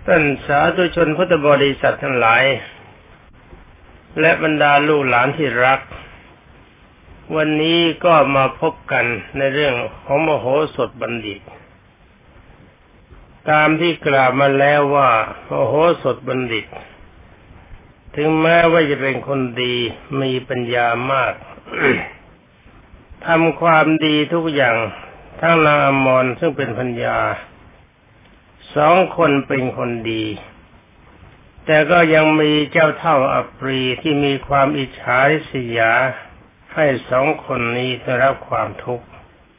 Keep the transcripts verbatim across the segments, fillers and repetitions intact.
ท่านสาธุชนพุทธบริษัททั้งหลายและบรรดาลูกหลานที่รักวันนี้ก็มาพบกันในเรื่องของมโหสถบัณฑิตตามที่กล่าวมาแล้วว่ามโหสถบัณฑิตถึงแม้ว่าจะเป็นคนดีมีปัญญามาก ทำความดีทุกอย่างทั้งนางอมรซึ่งเป็นภรรยาสองคนเป็นคนดีแต่ก็ยังมีเจ้าเท่าอัปรีที่มีความอิจฉาริษยาให้สองคนนี้ได้รับความทุกข์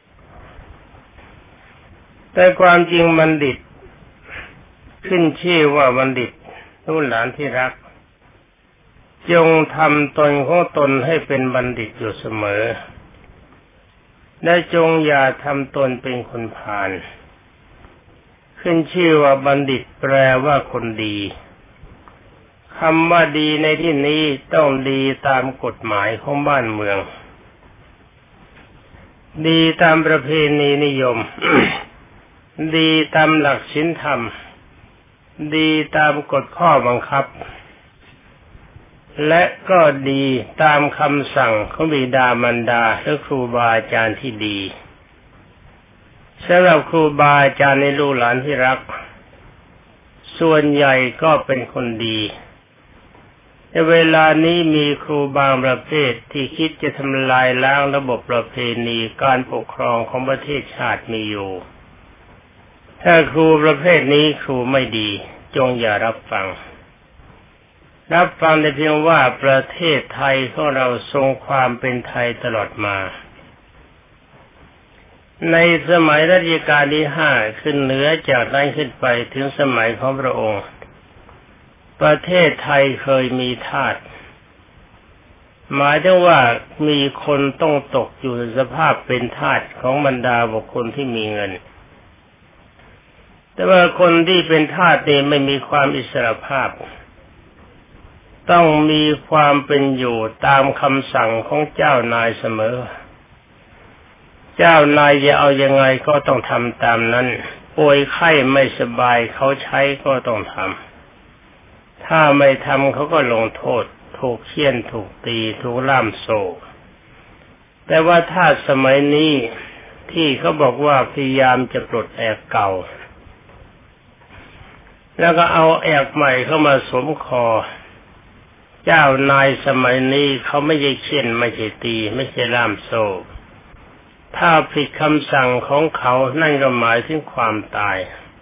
แต่ความจริงบัณฑิตขึ้นชื่อว่าบัณฑิตลูกหลานที่รักจงทำตนของตนให้เป็นบัณฑิตอยู่เสมอและจงอย่าทำตนเป็นคนพาลขึ้นชื่อว่าบัณฑิตแปลว่าคนดีคำว่าดีในที่นี้ต้องดีตามกฎหมายของบ้านเมืองดีตามประเพณีนิยม ดีตามหลักศีลธรรมดีตามกฎข้อบังคับและก็ดีตามคำสั่งของบิดามารดาและครูบาอาจารย์ที่ดีสำหรับครูบาอาจารย์ในลูกหลานที่รักส่วนใหญ่ก็เป็นคนดีแต่เวลานี้มีครูบางประเภทที่คิดจะทำลายล้างระบบประเพณีการปกครองของประเทศชาติมีอยู่ถ้าครูประเภทนี้ครูไม่ดีจงอย่ารับฟังรับฟังแต่เพียงว่าประเทศไทยของเราทรงความเป็นไทยตลอดมาในสมัยรัชกาลที่ห้าขึ้นเหนือจากนั้นขึ้นไปถึงสมัยของพระองค์ประเทศไทยเคยมีทาสหมายถึงว่ามีคนต้องตกอยู่ในสภาพเป็นทาสของบรรดาบุคคลที่มีเงินแต่ว่าคนที่เป็นทาสนี่ไม่มีความอิสรภาพต้องมีความเป็นอยู่ตามคำสั่งของเจ้านายเสมอเจ้านายจะเอายังไงก็ต้องทำตามนั้นป่วยไข้ไม่สบายเขาใช้ก็ต้องทำถ้าไม่ทำเขาก็ลงโทษถูกเฆี่ยนถูกตีถูกล่ามโซ่แต่ว่าถ้าสมัยนี้ที่เขาบอกว่าพยายามจะปลดแอกเก่าแล้วก็เอาแอกใหม่เข้ามาสวมคอเจ้านายสมัยนี้เขาไม่ใช่เฆี่ยนไม่ใช่ตีไม่ใช่ล่ามโซ่ถ้าผิดคำสั่งของเขานั่นก็หมายถึงความตาย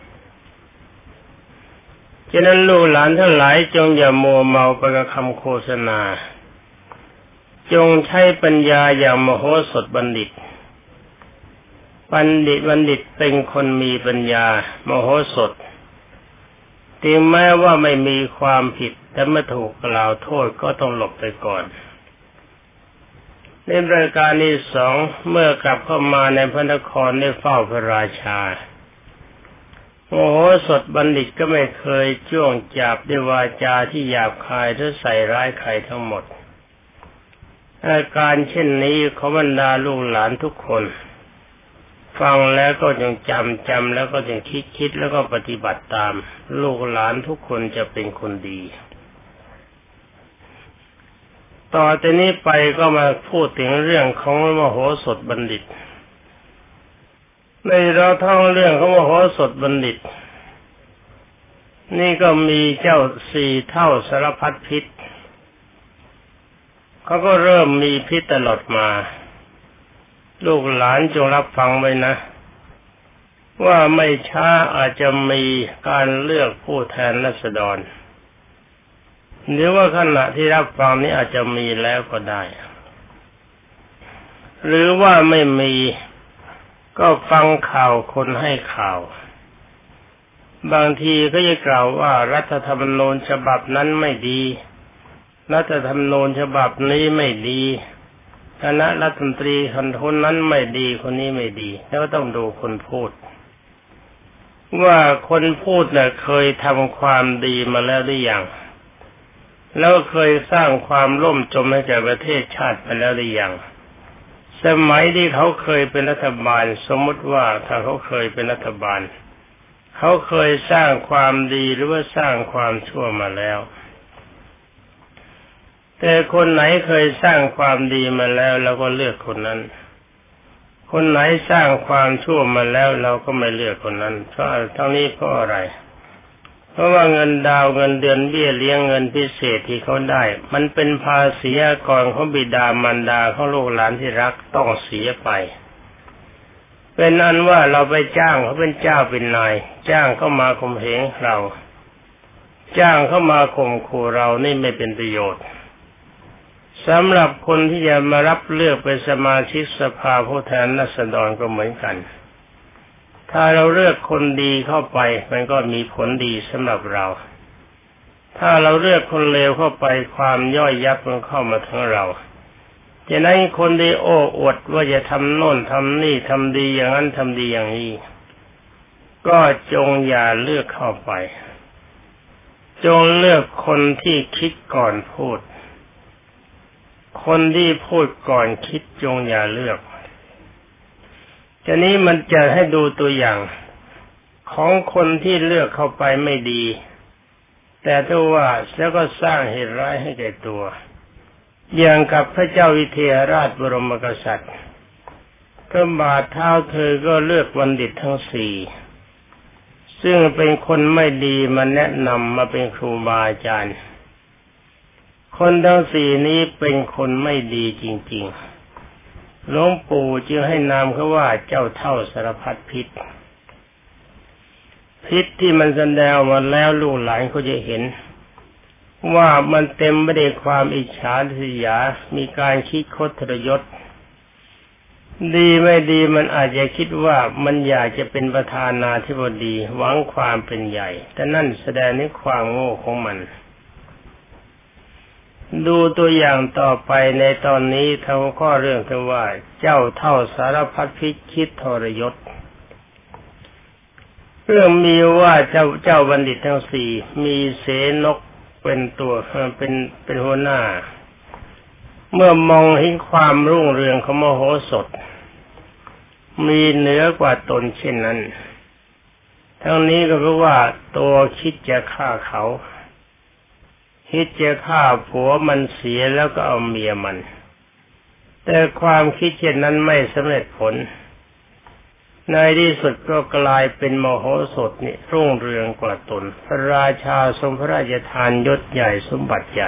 ฉะนั้นลูกหลานทั้งหลายจงอย่ามัวเมาไปกับคำโฆษณาจงใช้ปัญญาอย่างมโหสถบัณฑิตบัณฑิตบัณฑิตเป็นคนมีปัญญามโหสถถึงแม้ว่าไม่มีความผิดแต่เมื่อถูกกล่าวโทษก็ต้องหลบไปก่อนในรายการที่สองเมื่อกลับเข้ามาในพระนครได้เฝ้าพระราชาโมโหสถบัณฑิตก็ไม่เคยจ้วงจับด้วยวาจาที่หยาบคายหรือใส่ร้ายใครทั้งหมดอาการเช่นนี้ของบรรดาลูกหลานทุกคนฟังแล้วก็จงจำจำแล้วก็จงคิดคิดแล้วก็ปฏิบัติตามลูกหลานทุกคนจะเป็นคนดีต่อจากนี้ไปก็มาพูดถึงเรื่องของมโหสถบัณฑิตในเราท่องเรื่องของมโหสถบัณฑิตนี่ก็มีเจ้าสี่เท่าสารพัดพิษเขาก็เริ่มมีพิษตลอดมาลูกหลานจงรับฟังไว้นะว่าไม่ช้าอาจจะมีการเลือกผู้แทนราษฎรหรือว่าขณะที่รับฟังนี้อาจจะมีแล้วก็ได้หรือว่าไม่มีก็ฟังข่าวคนให้ข่าวบางทีก็จะกล่าวว่ารัฐธรรมนูญฉบับนั้นไม่ดีรัฐธรรมนูญฉบับนี้ไม่ดีคณะรัฐมนตรีคนนั้นไม่ดีคนนี้ไม่ดีแล้วก็ต้องดูคนพูดว่าคนพูดน่ะเคยทำความดีมาแล้วหรือยังแล้วเคยสร้างความล่มจมให้แก่ประเทศชาติไปแล้วหรือยังสมัยที่เขาเคยเป็นรัฐบาลสมมติว่าถ้าเขาเคยเป็นรัฐบาลเขาเคยสร้างความดีหรือว่าสร้างความชั่วมาแล้วแต่คนไหนเคยสร้างความดีมาแล้วเราก็เลือกคนนั้นคนไหนสร้างความชั่วมาแล้วเราก็ไม่เลือกคนนั้นเพราะทั้งนี้เพราะอะไรเพราะว่าเงินดาวเงินเดือนเบี้ยเลี้ยงเงินพิเศษที่เขาได้มันเป็นภาษีกรของบิดามารดาของลูกหลานที่รักต้องเสียไปเป็นอันว่าเราไปจ้างเขาเป็นเจ้าเป็นนายจ้างเข้ามาข่มเหงเราจ้างเข้ามาข่มขู่เรานี่ไม่เป็นประโยชน์สำหรับคนที่จะมารับเลือกเป็นสมาชิกสภาผู้แทนราษฎรก็เหมือนกันถ้าเราเลือกคนดีเข้าไปมันก็มีผลดีสำหรับเราถ้าเราเลือกคนเลวเข้าไปความย่อยยับมันเข้ามาทั้งเราฉะนั้นคนที่โอ้อวดว่าจะทำโน่นทำนี่ทำดีอย่างนั้นทำดีอย่างนี้ก็จงอย่าเลือกเข้าไปจงเลือกคนที่คิดก่อนพูดคนที่พูดก่อนคิดจงอย่าเลือกทีนี้มันจะให้ดูตัวอย่างของคนที่เลือกเข้าไปไม่ดีแต่ถ้าว่าแล้วก็สร้างเหตุร้ายให้แก่ตัวอย่างกับพระเจ้าวิเทหราชบรมกษัตริย์พระบาทเท้าเธอก็เลือกบัณฑิตทั้งสี่ซึ่งเป็นคนไม่ดีมาแนะนำมาเป็นครูบาอาจารย์คนทั้งสี่นี้เป็นคนไม่ดีจริงๆหลวงปู่จึงให้นามเขาว่าเจ้าเท่าสารพัดพิษพิษที่มันแสดงมาแล้วลูกหลานเขาจะเห็นว่ามันเต็มไปด้วยความอิจฉาริษยามีการคิดคดทรยศดีไม่ดีมันอาจจะคิดว่ามันอยากจะเป็นประธานาธิบดีหวังความเป็นใหญ่แต่นั่นแสดงถึงความโง่ของมันดูตัวอย่างต่อไปในตอนนี้ทั้งข้อเรื่องที่ว่าเจ้าเท่าสารพัดพิษคิดทรยศเรื่องมีว่าเจ้าเจ้าบัณฑิตทั้งสี่มีเสนกเป็นตัวเป็นเป็นหัวหน้าเมื่อมองเห็นความรุ่งเรืองของมโหสถมีเหนือกว่าตนเช่นนั้นทั้งนี้ก็เพราะว่าตัวคิดจะฆ่าเขาคิดจะฆ่าผัวมันเสียแล้วก็เอาเมียมันแต่ความคิดเช่นนั้นไม่สำเร็จผลในที่สุดก็กลายเป็นมโหสถนี่รุ่งเรืองกว่าตนพระราชาทรงพระราชทานยศใหญ่สมบัติใหญ่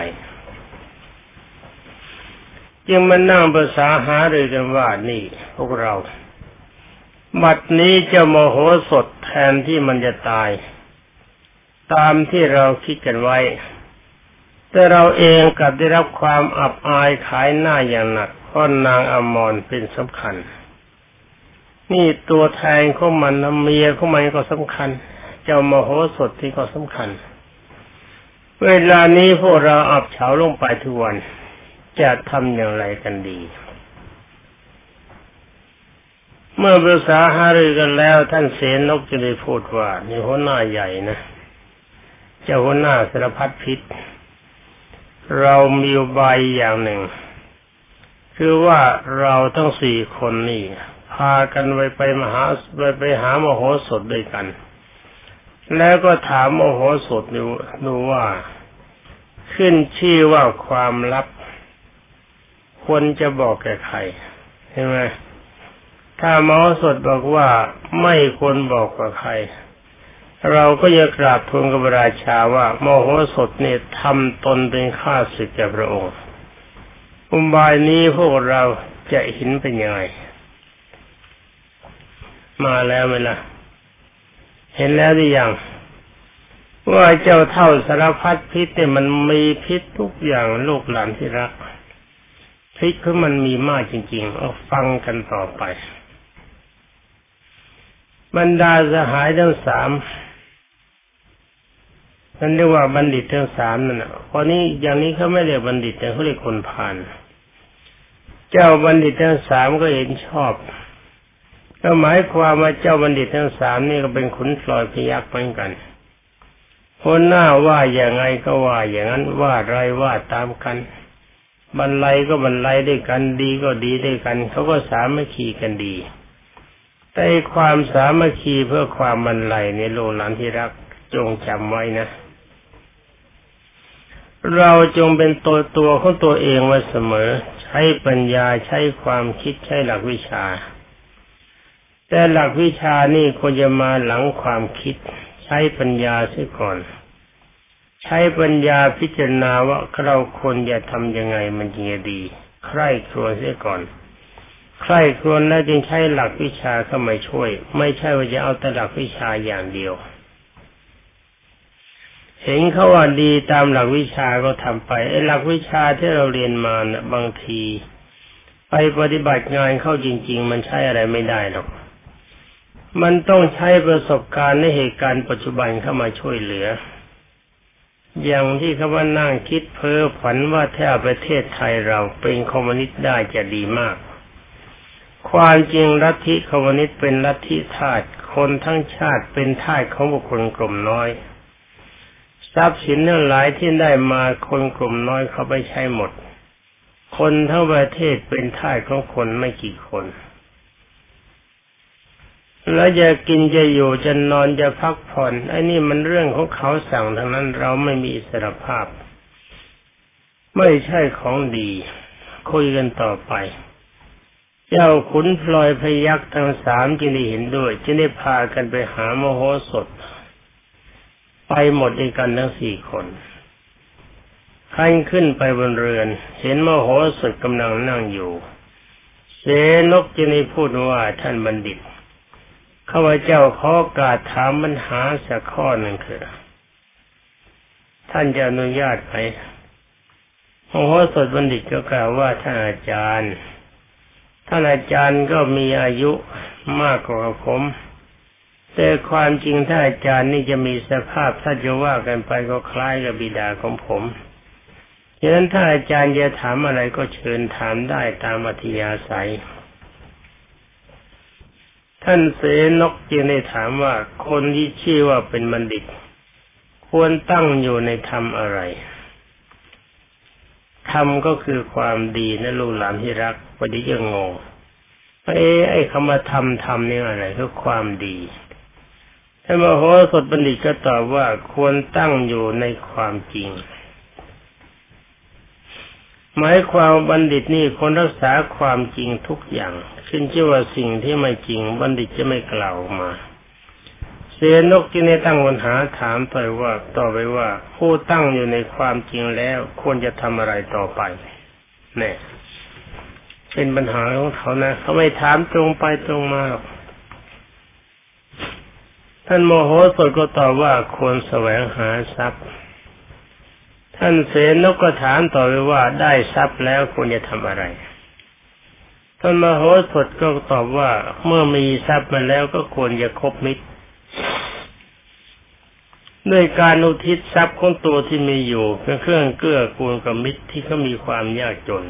จึงมานั่งปรึกษาหารือกันว่านี่พวกเราบัดนี้เจ้าโมโหสถแทนที่มันจะตายตามที่เราคิดกันไว้แต่เราเองกลับได้รับความอับอายขายหน้าอย่างหนักเพราะนางอมรเป็นสำคัญนี่ตัวแทนของมันเมียของมันก็สำคัญเจ้าโมโหสถที่ก็สำคัญเวลานี้พวกเราอับเฉาลงไปทุกวันจะทำอย่างไรกันดีเมื่อปรึกษาหารือกันแล้วท่านเสนกจึงได้พูดว่านี่หัวหน้าใหญ่นะเจ้าหัวหน้าสารพัดพิษเรามีอุบายอย่างหนึ่งคือว่าเราทั้งสี่คนนี่พากันไปไปมหาไปไปหามโหสถด้วยกันแล้วก็ถามมโหสถดูดูว่าขึ้นชื่อว่าความลับควรจะบอกแก่ใครใช่ไหมถ้ามโหสถบอกว่าไม่ควรบอกกับใครเราก็จะกราบทูลกับพระราชาว่ามโหสถเนี่ยทำตนเป็นข้าศึกแก่พระองค์อุบายนี้พวกเราจะเห็นเป็นยังไงมาแล้วไหมล่ะเห็นแล้วหรือยังว่าเจ้าเท่าสารพัดพิษเนี่ยมันมีพิษทุกอย่างลูกหลานที่รักพิษคือมันมีมากจริงๆเอาฟังกันต่อไปบรรดาสหายทั้งสามนั่นเรียกว่าบัณฑิตทั้งสามนั่นน่ะพอนี้อย่างนี้เขาไม่เรียกบัณฑิตแต่เขาเรียกคนพาลเจ้าบัณฑิตทั้งสามก็เห็นชอบก็หมายความว่าเจ้าบัณฑิตทั้งสามนี่ก็เป็นขุนพลอยพยัคฆ์เหมือนกันคนหน้าว่าอย่างไงก็ว่าอย่างนั้นว่าไรว่าตามกันบรรลัยก็บรรลัยด้วยกันดีก็ดีด้วยกันเขาก็สามัคคีกันดีแต่ความสามัคคีเพื่อความบรรลัยในโลกหลานที่รักจงจำไว้นะเราจงเป็นตัวตัวของตัวเองไว้เสมอใช้ปัญญาใช้ความคิดใช้หลักวิชาแต่หลักวิชานี่ควรจะมาหลังความคิดใช้ปัญญาเสียก่อนใช้ปัญญาพิจารณาว่าเราควรจะทำยังไงมันจึงจะดีใคร่ครวญเสียก่อนใคร่ครวญแล้วจึงใช้หลักวิชาเข้ามาช่วยไม่ใช่ว่าจะเอาแต่หลักวิชาอย่างเดียวเห็นเขาว่าดีตามหลักวิชาก็ทำไปไอ้หลักวิชาที่เราเรียนมานะบางทีไปปฏิบัติงานเข้าจริงๆมันใช้อะไรไม่ได้หรอกมันต้องใช้ประสบการณ์ในเหตุการณ์ปัจจุบันเข้ามาช่วยเหลืออย่างที่เขาว่านั่งคิดเพ้อฝันว่าถ้าประเทศไทยเราเป็นคอมมิวนิสต์ได้จะดีมากความจริงลัทธิคอมมิวนิสต์เป็นลัทธิทาสคนทั้งชาติเป็นทาสของบุคคลกลุ่มน้อยทรัพย์สินทั้งหลายที่ได้มาคนกลุ่มน้อยเขาไปใช้หมดคนทั้งประเทศเป็นทาสของคนไม่กี่คนแล้วจะกินจะอยู่จะนอนจะพักผ่อนไอ้นี่มันเรื่องของเขาสั่งทั้งนั้นเราไม่มีอิสรภาพไม่ใช่ของดีคุยกันต่อไปเจ้าขุนพลอยพยัคฆ์ทั้งสามจึงได้เห็นด้วยจึงได้พากันไปหามโหสถไปหมดด้วยกันทั้งสี่คนขั้นขึ้นไปบนเรือนเห็นมโหสถกำลังนั่งอยู่เสนกจึงได้พูดว่าท่านบัณฑิตข้าพเจ้าขอโอกาสถามปัญหาสักข้อหนึ่งคือท่านจะอนุญาตไหมมโหสถบัณฑิตก็กล่าวว่าท่านอาจารย์ท่านอาจารย์ก็มีอายุมากกว่าผมแต่ความจริงท่านอาจารย์นี่จะมีสภาพถ้าจะว่ากันไปก็คล้ายกับบิดาของผมฉะนั้นถ้าอาจารย์จะถามอะไรก็เชิญถามได้ตามอัธยาศัยท่านเสนกจึงได้ถามว่าคนที่ชื่อว่าเป็นบัณฑิตควรตั้งอยู่ในธรรมอะไรธรรมก็คือความดีนะลูกหลานที่รักพอดีจะงงเอ๊ะไอ้คำว่าธรรมธรรมนี่อะไรคือความดีท่านมโหสถบัณฑิตก็ตอบว่าควรตั้งอยู่ในความจริงหมายความบัณฑิตนี่คนรักษาความจริงทุกอย่างขึ้นชื่อว่าสิ่งที่ไม่จริงบัณฑิตจะไม่กล่าวมาเสนกจึงได้ตั้งปัญหาถามต่อว่าต่อไปว่าผู้ตั้งอยู่ในความจริงแล้วควรจะทำอะไรต่อไปแน่เป็นปัญหาของเขานะเขาไม่ถามตรงไปตรงมาหรอกท่านโมโหสถก็ตอบว่าควรแสวงหาทรัพย์ท่านเสนกก็ถามต่อไปว่าได้ทรัพย์แล้วควรจะทำอะไรท่านมโหสถก็ตอบว่าเมื่อมีทรัพย์มาแล้วก็ควรจะคบมิตรด้วยการอุทิศทรัพย์ของตัวที่มีอยู่เป็นเครื่องเกื้อกูลกับมิตรที่เขามีความยากจน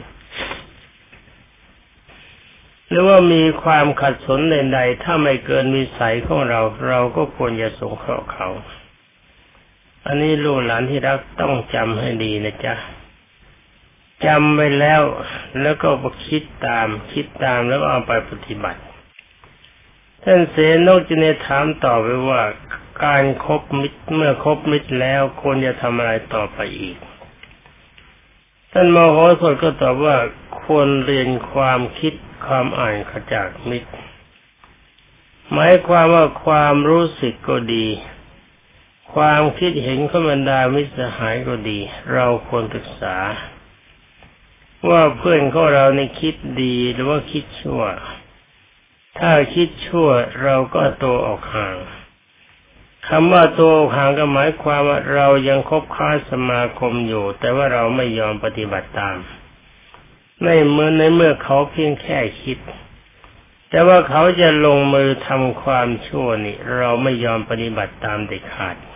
หรือว่ามีความขัดสนใดๆถ้าไม่เกินวิสัยของเราเราก็ควรจะสงเคราะห์เขาอันนี้ลูกหลานที่รักต้องจำให้ดีนะจ๊ะจำไว้แล้วแล้วก็คิดตามคิดตามแล้วก็เอาไปปฏิบัติท่านเสนกจึงได้ถามต่อไปว่าการคบมิตรเมื่อคบมิตรแล้วควรจะทำอะไรต่อไปอีกท่านมโหสถก็ตอบว่าควรเรียนความคิดความอ่านจากมิตรหมายความว่าความรู้สึกก็ดีความคิดเห็นของบรรดามิตรสหายก็ดีเราควรศึกษาว่าเพื่อนของเราในคิดดีหรือว่าคิดชั่วถ้าคิดชั่วเราก็ตัวออกห่างคำว่าตัวออกห่างก็หมายความว่าเรายังคบค้าสมาคมอยู่แต่ว่าเราไม่ยอมปฏิบัติตามในเมื่อในเมื่อเขาเพียงแค่คิดแต่ว่าเขาจะลงมือทำความชั่วนี่เราไม่ยอมปฏิบัติตามเด็ดขาด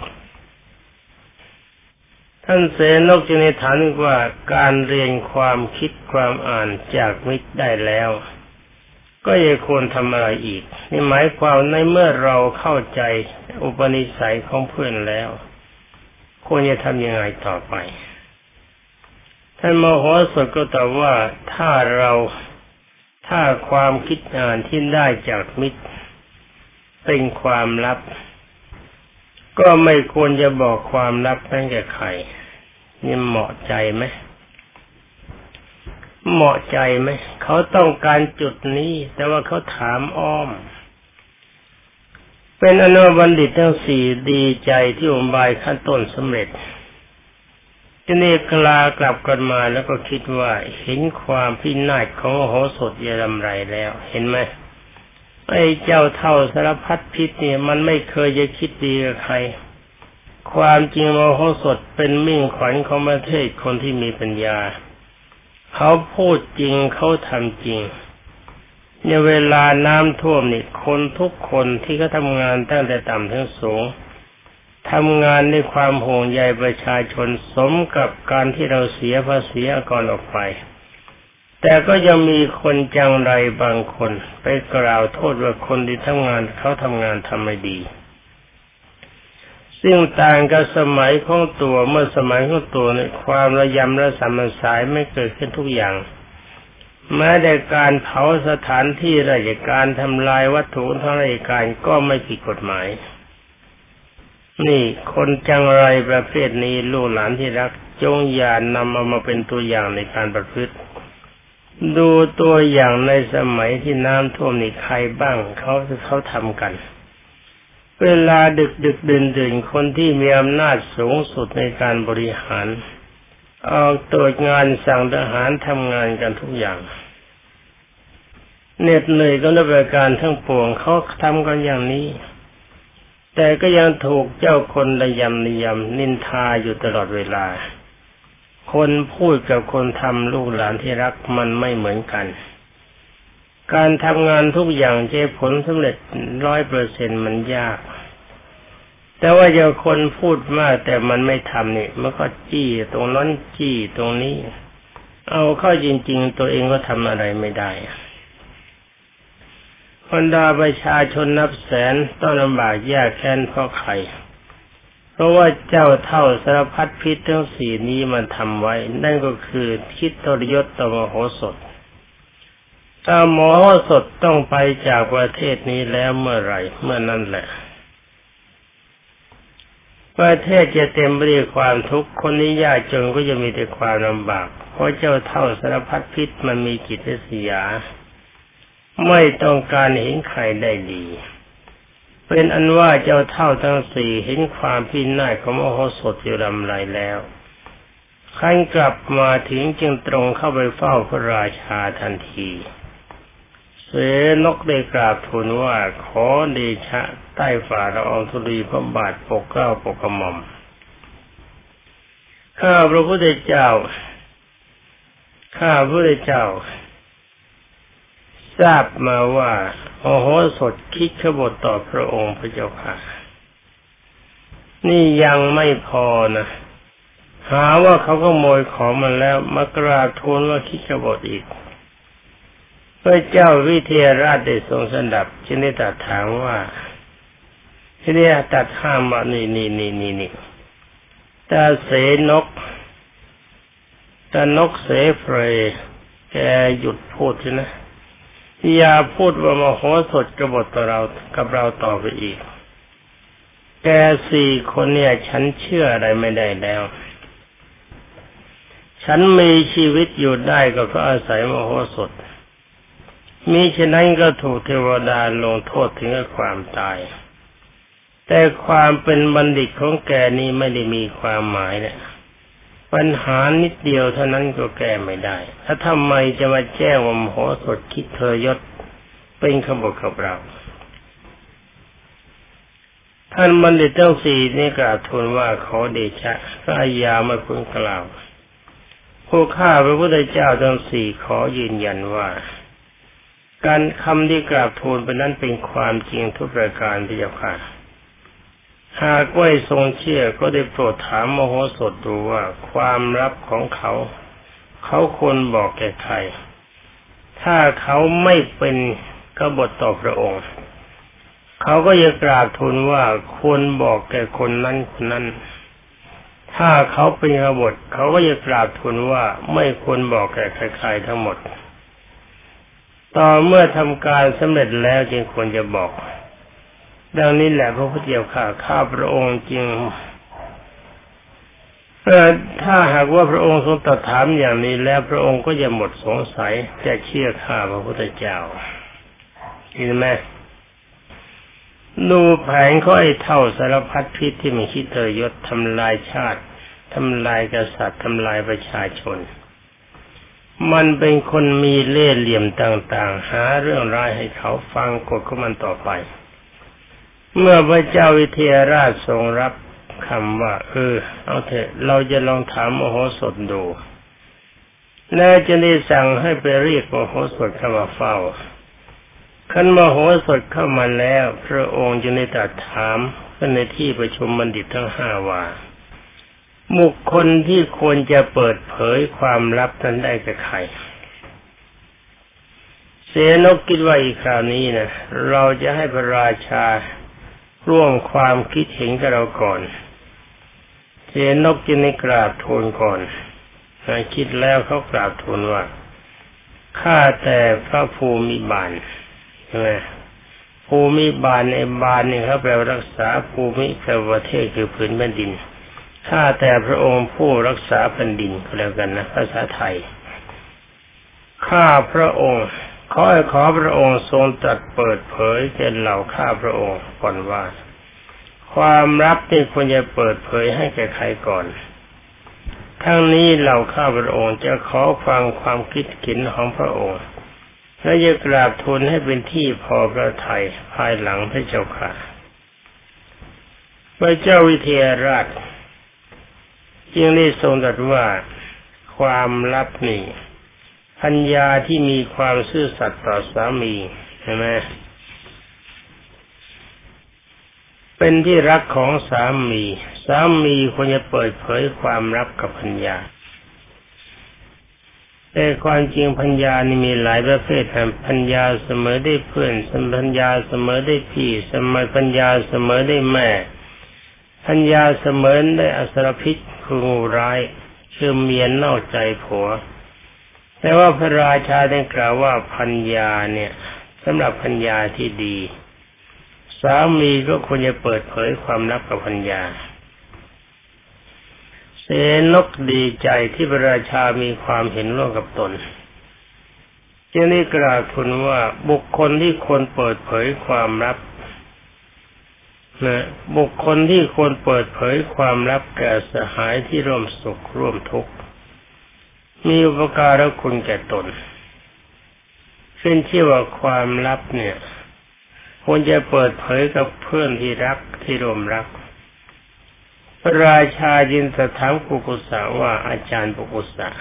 ท่านเสนกจึงได้ถามว่าการเรียนความคิดความอ่านจากมิตรได้แล้วก็ยังควรทำอะไรอีกนี่หมายความในเมื่อเราเข้าใจอุปนิสัยของเพื่อนแล้วควรจะทำยังไงต่อไปท่านมโหสถก็ตอบว่าถ้าเราถ้าความคิดอ่านที่ได้จากมิตรเป็นความลับก็ไม่ควรจะบอกความลับนั้นแก่ใครนี่เหมาะใจไหมเหมาะใจไหมเขาต้องการจุดนี้แต่ว่าเขาถามอ้อมเป็นอนุบัณฑิตทั้งสี่ดีใจที่อุบายขั้นต้นสำเร็จทีนี้กลากลับกันมาแล้วก็คิดว่าเห็นความพินาศของมโหสถยรำไรแล้วเห็นไหมไอ้เจ้าเท่าสารพัดพิษเนี่ยมันไม่เคยจะคิดดีกับใครความจริงมโหสถเป็นมิ่งขวัญของประเทศคนที่มีปัญญาเขาพูดจริงเขาทำจริงในเวลาน้ำท่วมนี่คนทุกคนที่เขาทำงานตั้งแต่ต่ำถึงสูงทำงานด้วยความห่วงใยประชาชนสมกับการที่เราเสียภาษีอากรออกไปแต่ก็ยังมีคนจังไรบางคนไปกล่าวโทษว่าคนที่ทำงานเขาทำงานทำไม่ดีซึ่งต่างกับสมัยของตัวเมื่อสมัยของตัวในความระยำระสำสายไม่เกิดขึ้นทุกอย่างแม้แต่การเผาสถานที่ราชการทำลายวัตถุทางราชการก็ไม่ผิดกฎหมายนี่คนจังไรประเภทนี้ลูกหลานที่รักจงอย่านำเอามาเป็นตัวอย่างในการประพฤติดูตัวอย่างในสมัยที่น้ำท่วมนี่ใครบ้างเขาเขาทำกันเวลาดึกดึกดื่นดื่นคนที่มีอำนาจสูงสุดในการบริหารออกตรวจงานสั่งทหารทำงานกันทุกอย่างเหน็ดเหนื่อยกันด้วยการทั้งปวงเขาทำกันอย่างนี้แต่ก็ยังถูกเจ้าคนระยำระยำนินทาอยู่ตลอดเวลาคนพูดกับคนทำลูกหลานที่รักมันไม่เหมือนกันการทำงานทุกอย่างจะผลสำเร็จร้อยเปอร์เซ็นต์มันยากแต่ว่าเจ้าคนพูดมากแต่มันไม่ทำนี่มันก็จี้ตรงนั้นจี้ตรงนี้เอาเข้าจริงๆตัวเองก็ทำอะไรไม่ได้บรรดาประชาชนนับแสนต้องลำบากยากแค้นเพราะใครเพราะว่าเจ้าเท่าสารพัดพิษทั้งสี่นี้มันทำไว้นั่นก็คือคิดทรยศต่อมโหสถถ้ามโหสถต้องไปจากประเทศนี้แล้วเมื่อไหร่เมื่อนั้นแหละประเทศจะเต็มไปด้วยความทุกข์คนนี้ยากจนก็จะมีแต่ความลำบากเพราะเจ้าเท่าสารพัดพิษมันมีจิตริษยาไม่ต้องการเห็นใครได้ดีเป็นอันว่าเจ้าเท่าทั้งสี่เห็นความพินาศของมโหสถอยู่ลำไรแล้วขั้นกลับมาถึงจึงตรงเข้าไปเฝ้าพระราชาทันทีเสนกได้กราบทูลว่าขอเดชะใต้ฝ่าละอองธุลีพระบาทปกเกล้าปกกระหม่อมข้าพระพุทธเจ้าข้าพระพุทธเจ้าทราบมาว่าโอโหสถคิดขบฏต่อพระองค์พระเจ้าค่ะนี่ยังไม่พอนะหาว่าเขาขโมยของมันแล้วมากราบทูลว่าคิดขบฏอีกพระเจ้าวิเทหราชได้ทรงสดับจึงได้ตรัสถามว่าที่นี่ตัดห้ามว่านี่นี่นี่นี่นี่ตาเสนกตานกเสเพลแกหยุดพูดใช่ไหมอย่าพูดว่ามโหสถกบฏต่อเรากับเราต่อไปอีกแกสี่คนเนี่ยฉันเชื่ออะไรไม่ได้แล้วฉันมีชีวิตอยู่ได้ก็เพราะอาศัยมโหสถมิฉะนั้นก็ถูกเทวดาลงโทษถึงกับความตายแต่ความเป็นบัณฑิตของแกนี้ไม่ได้มีความหมายเนี่ยปัญหานิดเดียวเท่านั้นก็แก้ไม่ได้ถ้าทำไมจะมาแจ้งว่ามโหสถคิดทรยศเป็นขบฏกับเราท่านบัณฑิตทั้งสี่นี่กราบทูลว่าขอเดชะพระยามาคุณกล่าวผู้ข้าพระพุทธเจ้าทั้งสี่ขอยืนยันว่าการคำที่กราบทูลไปนั้นเป็นความจริงทุกประการพระเจ้าค่ะหากไม่ทรงเชื่อก็ได้โปรดถามมโหสถดูว่าความลับของเขาเขาควรบอกแก่ใครถ้าเขาไม่เป็นกบฏต่อพระองค์เขาก็จะกราบทูลว่าควรบอกแก่คนนั้นคนนั้นถ้าเขาเป็นกบฏเขาก็จะกราบทูลว่าไม่ควรบอกแก่ใครๆทั้งหมดต่อเมื่อทำการสำเร็จแล้วจึงควรจะบอกดังนี้แหละพระพุทธเจ้าข้าข้าพระองค์จริงถ้าหากว่าพระองค์ทรงตรัสถามอย่างนี้แล้วพระองค์ก็จะหมดสงสัยจะเชื่อข้าพระพุทธเจ้าเห็นไหมดูแผนเขาไอ้เท่าสารพัดพิษที่มันคิดเตยยศทำลายชาติทำลายกษัตริย์ทำลายประชาชนมันเป็นคนมีเล่ห์เหลี่ยมต่างๆหาเรื่องร้ายให้เขาฟังกฎของมันต่อไปเมื่อพระเจ้าวิเทหราชทรงรับคำว่าเออเอาเถอะเราจะลองถามมโหสถดูแล้วจะได้สั่งให้ไปเรียกมโหสถเข้ามาเฝ้าขั้นมโหสถเข้ามาแล้วพระองค์จะได้ตรัสถามขึ้นในที่ประชุมบัณฑิตทั้งห้าว่าบุคคลที่ควรจะเปิดเผยความลับนั้นได้กับใครเสนกคิดว่าอีกคราวนี้นะเราจะให้พระราชาร่วมความคิดเห็นกับเราก่อนเสนกจึงได้กราบทูลก่อนคิดแล้วเขากราบทูลว่าข้าแต่พระภูมิบาลใช่ไหมภูมิบาลในบาลนี่เขาแปลว่ารักษาภูมิแปลว่าประเทศคือผืนแผ่นดินข้าแต่พระองค์ผู้รักษาแผ่นดินก็แล้วกันนะภาษาไทยข้าพระองค์ขอให้ขอพระองค์ทรงตรัสเปิดเผยแก่เหล่าข้าพระองค์ก่อนว่าความลับที่ควรจะเปิดเผยให้แก่ใครก่อนทั้งนี้เหล่าข้าพระองค์จะขอฟังความคิดเห็นของพระองค์และจะกราบทูลให้เป็นที่พอพระทัยภายหลังพระเจ้าค่ะพระเจ้าวิเทหราชจึงได้ทรงตรัสว่าความลับนี้ภรรยาที่มีความซื่อสัตย์ต่อสามีใช่ไหมเป็นที่รักของสามีสามีควรจะเปิดเผยความลับกับภรรยาแต่ความจริงภรรยานี่มีหลายประเภทภรรยาเสมอได้เพื่อนภรรยาเสมอได้พี่สมัยภรรยาเสมอได้แม่ภรรยาเสมอได้อสรพิษคืองูร้ายคือเมียนอกใจผัวแต่ว่าพระราชาได้กล่าวว่าภรรยาเนี่ยสำหรับภรรยาที่ดีสามีก็ควรจะเปิดเผยความลับกับภรรยาเสนกดีใจที่พระราชามีความเห็นร่วมกับตนจึงได้กล่าวทูลว่าบุคคลที่ควรเปิดเผยความลับนะบุคคลที่ควรเปิดเผยความลับแก่สหายที่ร่วมสุขร่วมทุกข์มีอุปการะคุณแก่ตนซึ่งที่ว่าความลับเนี่ยควรจะเปิดเผยกับเพื่อนที่รักที่ร่วมรักพระราชาจึงถามปุกุสะว่าอาจารย์ปุกุสะ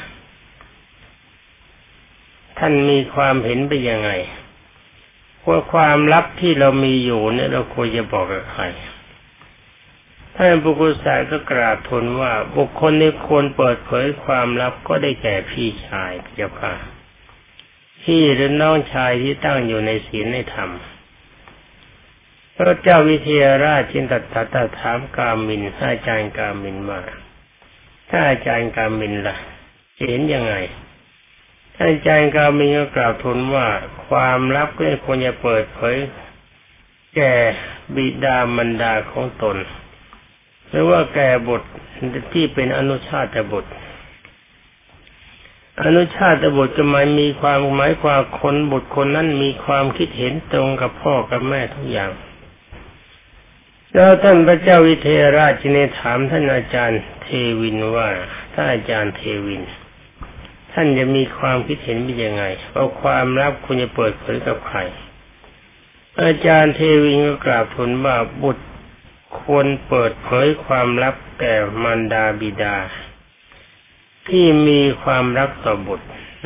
ท่านมีความเห็นเป็นยังไงว่าความลับที่เรามีอยู่เนี่ยเราควรจะบอกกับใครท่านปุกุสะก็กราบทูลว่าบุคคลที่ควรเปิดเผยความลับก็ได้แก่พี่ชายเจ้าค่ะพี่หรือน้องชายที่ตั้งอยู่ในศีลในธรรมพระเจ้าวิเทหราชจึงตรัสถามกามินอาจารย์กามินว่าถ้าอาจารย์กามินล่ะเห็นยังไงอาจารย์กามินก็กล่าวทูลว่าความลับก็ควรจะเปิดเผยแก่บิดามารดาของตนหรือว่าแก่บุตรที่เป็นอนุชาตบุตรอนุชาตบุตรก็หมายมีความหมายความคนบุตรคนนั้นมีความคิดเห็นตรงกับพ่อกับแม่ทุกอย่างแล้วท่านพระเจ้าวิเทหราชจึงได้ถามท่านอาจารย์เทวินว่าท่านอาจารย์เทวินท่านจะมีความคิดเห็นเป็นยังไงว่าความลับคุณจะเปิดเผยกับใครอาจารย์เทวินก็กราบทูลว่าบุตรควรเปิดเผยความลับแก่มารดาบิดาที่มีความรักต่อบุตร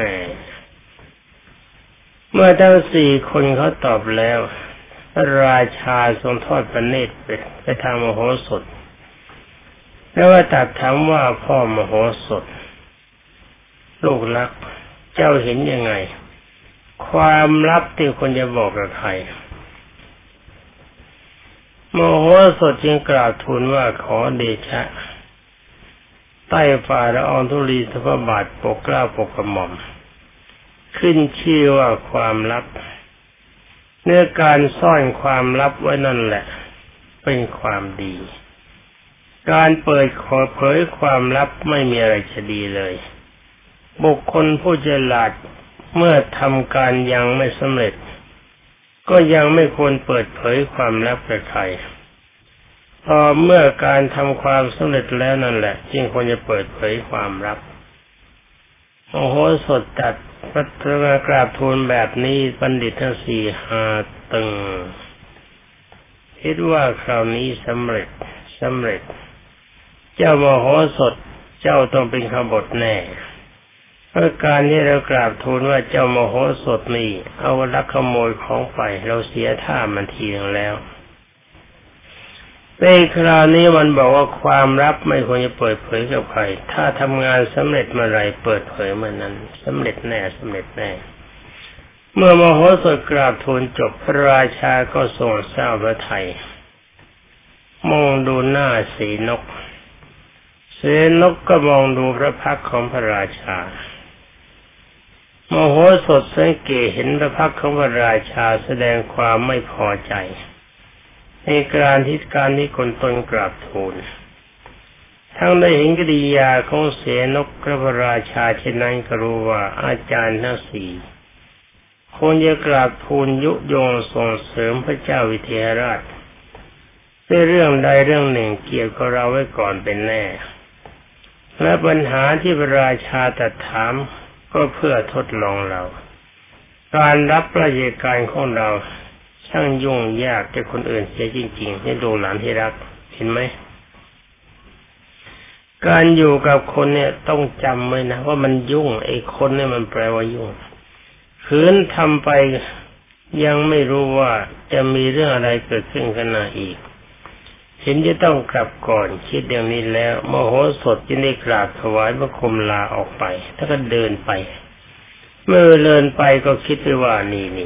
เมื่อทั้งสี่คนเขาตอบแล้วพระราชาทรงทอดพระเนตรไปทางมโหสถแล้วว่าตรัสถามว่าพ่อมโหสถลูกรักเจ้าเห็นยังไงความลับที่คนจะบอกกับใครมโหสถจึงกล่าวทูลว่าขอเดชะใต้ฝ่าละอองธุลีพระบาทปกเกล้าปกกระหม่อมขึ้นชื่อว่าความลับเนื้อการซ่อนความลับไว้นั่นแหละเป็นความดีการเปิดเผยความลับไม่มีอะไรจะดีเลยบุคคลผู้ฉลาดเมื่อทำการยังไม่สำเร็จก็ยังไม่ควรเปิดเผยความลับกับใครพอเมื่อการทำความสำเร็จแล้วนั่นแหละจึงควรจะเปิดเผยความลับโอ้โหสดจัดพระธรรมกราบทูลแบบนี้บัณฑิตทั้งสี่หาตึงคิดว่าคราวนี้สำเร็จสำเร็จเจ้ามโหสถเจ้าต้องเป็นขบฏแน่เพราะการที่เรากราบทูลว่าเจ้ามโหสถนี่เอาลักขโมยของไปเราเสียท่ามันทีนึงแล้วในคราวนี้มันบอกว่าความลับไม่ควรจะเปิดเผยกับใครถ้าทำงานสำเร็จเมื่อไรเปิดเผยเมื่อนั้นสำเร็จแน่สำเร็จแน่เมื่อมโหสถกราบทูลจบพระราชาก็ทรงเศร้าพระทัยมองดูหน้าสีนกสีนกก็มองดูพระพักตร์ของพระราชามโหสถสังเกตเห็นพระพักตร์ของพระราชาแสดงความไม่พอใจในการที่การที่คนตนกราบทูลทั้งได้เห็นกิริยาของเสนกพระราชาเช่นนั้นก็รู้ว่าอาจารย์ทั้งสี่คงจะกราบทูลยุยงส่งเสริมพระเจ้าวิเทหราชในเรื่องใดเรื่องหนึ่งเกี่ยวกับเราไว้ก่อนเป็นแน่และปัญหาที่พระราชาตรัสถามก็เพื่อทดลองเราการรับราชการของเราช่างยุ่งยากแก่คนอื่นเสียจริงๆให้ดูหลานที่รักเห็นไหมการอยู่กับคนเนี่ยต้องจำไว้นะว่ามันยุ่งไอ้คนเนี่ยมันแปลว่ายุ่งขืนทำไปยังไม่รู้ว่าจะมีเรื่องอะไรเกิดขึ้นข้างหน้าอีกเห็นจะต้องกลับก่อนคิดอย่างนี้แล้วมโหสถจึงได้กราบถวายบังคมลาออกไปแล้วก็เดินไปเมื่อเดินไปก็คิดไปว่านี่นี่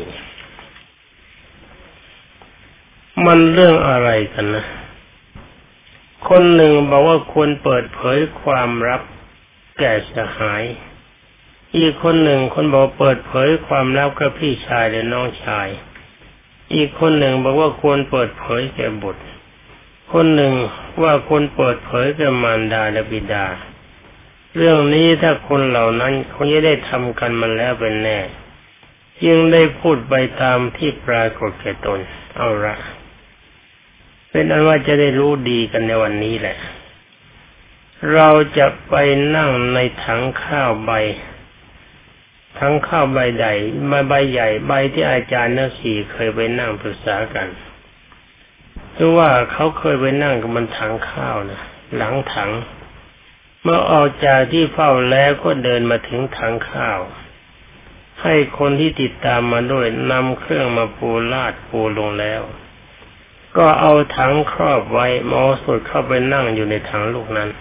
มันเรื่องอะไรกันนะคนหนึ่งบอกว่าควรเปิดเผยความลับแก่สหายอีกคนหนึ่งคนบอกเปิดเผยความลับกับพี่ชายและน้องชายอีกคนหนึ่งบอกว่าควรเปิดเผยแก่บุตรคนหนึ่งว่าควรเปิดเผยแก่มารดาและบิดาเรื่องนี้ถ้าคนเหล่านั้นคงจะได้ทำกันมาแล้วเป็นแน่จึงได้พูดไปตามที่ปรากฏแก่ตนเอาละเป็นอันว่าจะได้รู้ดีกันในวันนี้แหละเราจะไปนั่งในถังข้าวใบถังข้าวใบใหญ่ใบใบใหญ่ใบที่อาจารย์ทั้งสี่เคยไปนั่งปรึกษากันเพราะว่าเขาเคยไปนั่งกับบนถังข้าวนะหลังถังเมื่อออกจากที่เฝ้าแล้วก็เดินมาถึงถังข้าวให้คนที่ติดตามมาด้วยนำเครื่องมาปูลาดปูลงแล้วก็เอาถังครอบไว้มโหสถเข้าไปนั่งอยู่ในถังลูกนั้น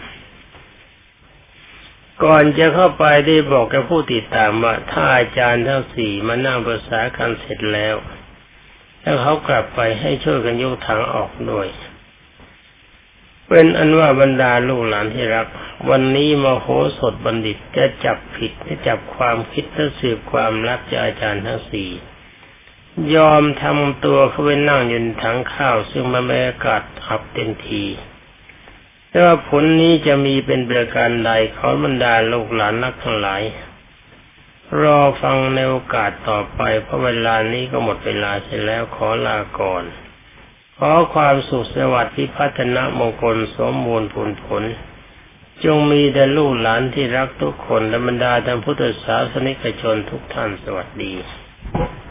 ก่อนจะเข้าไปได้บอกกับผู้ติดตามว่าถ้าอาจารย์ทั้งสี่มานั่งปรึกษากันเสร็จแล้วแล้วเขากลับไปให้ช่วยกันยกถังออกด้วยเป็นอันว่าบรรดาลูกหลานที่รักวันนี้มโหสถบัณฑิตจะจับผิดจะจับความคิดและสืบความลับจากอาจารย์ทั้งสี่ยอมทำตัวเข้าไปนั่งอยู่ในถังข้าวซึ่งมันบรรยากาศอับเต็มทีแต่ว่าผลนี้จะมีเป็นประการใดขอบรรดาลูกหลานนักทั้งหลายรอฟังในโอกาสต่อไปเพราะเวลานี้ก็หมดเวลาเสร็จแล้วขอลาก่อนขอความสุขสวัสดิ์พิพัฒนมงคลสมบูรณ์ผลผลจงมีแด่ลูกหลานที่รักทุกคนและบรรดาท่านพุทธศาสนิกชนทุกท่านสวัสดี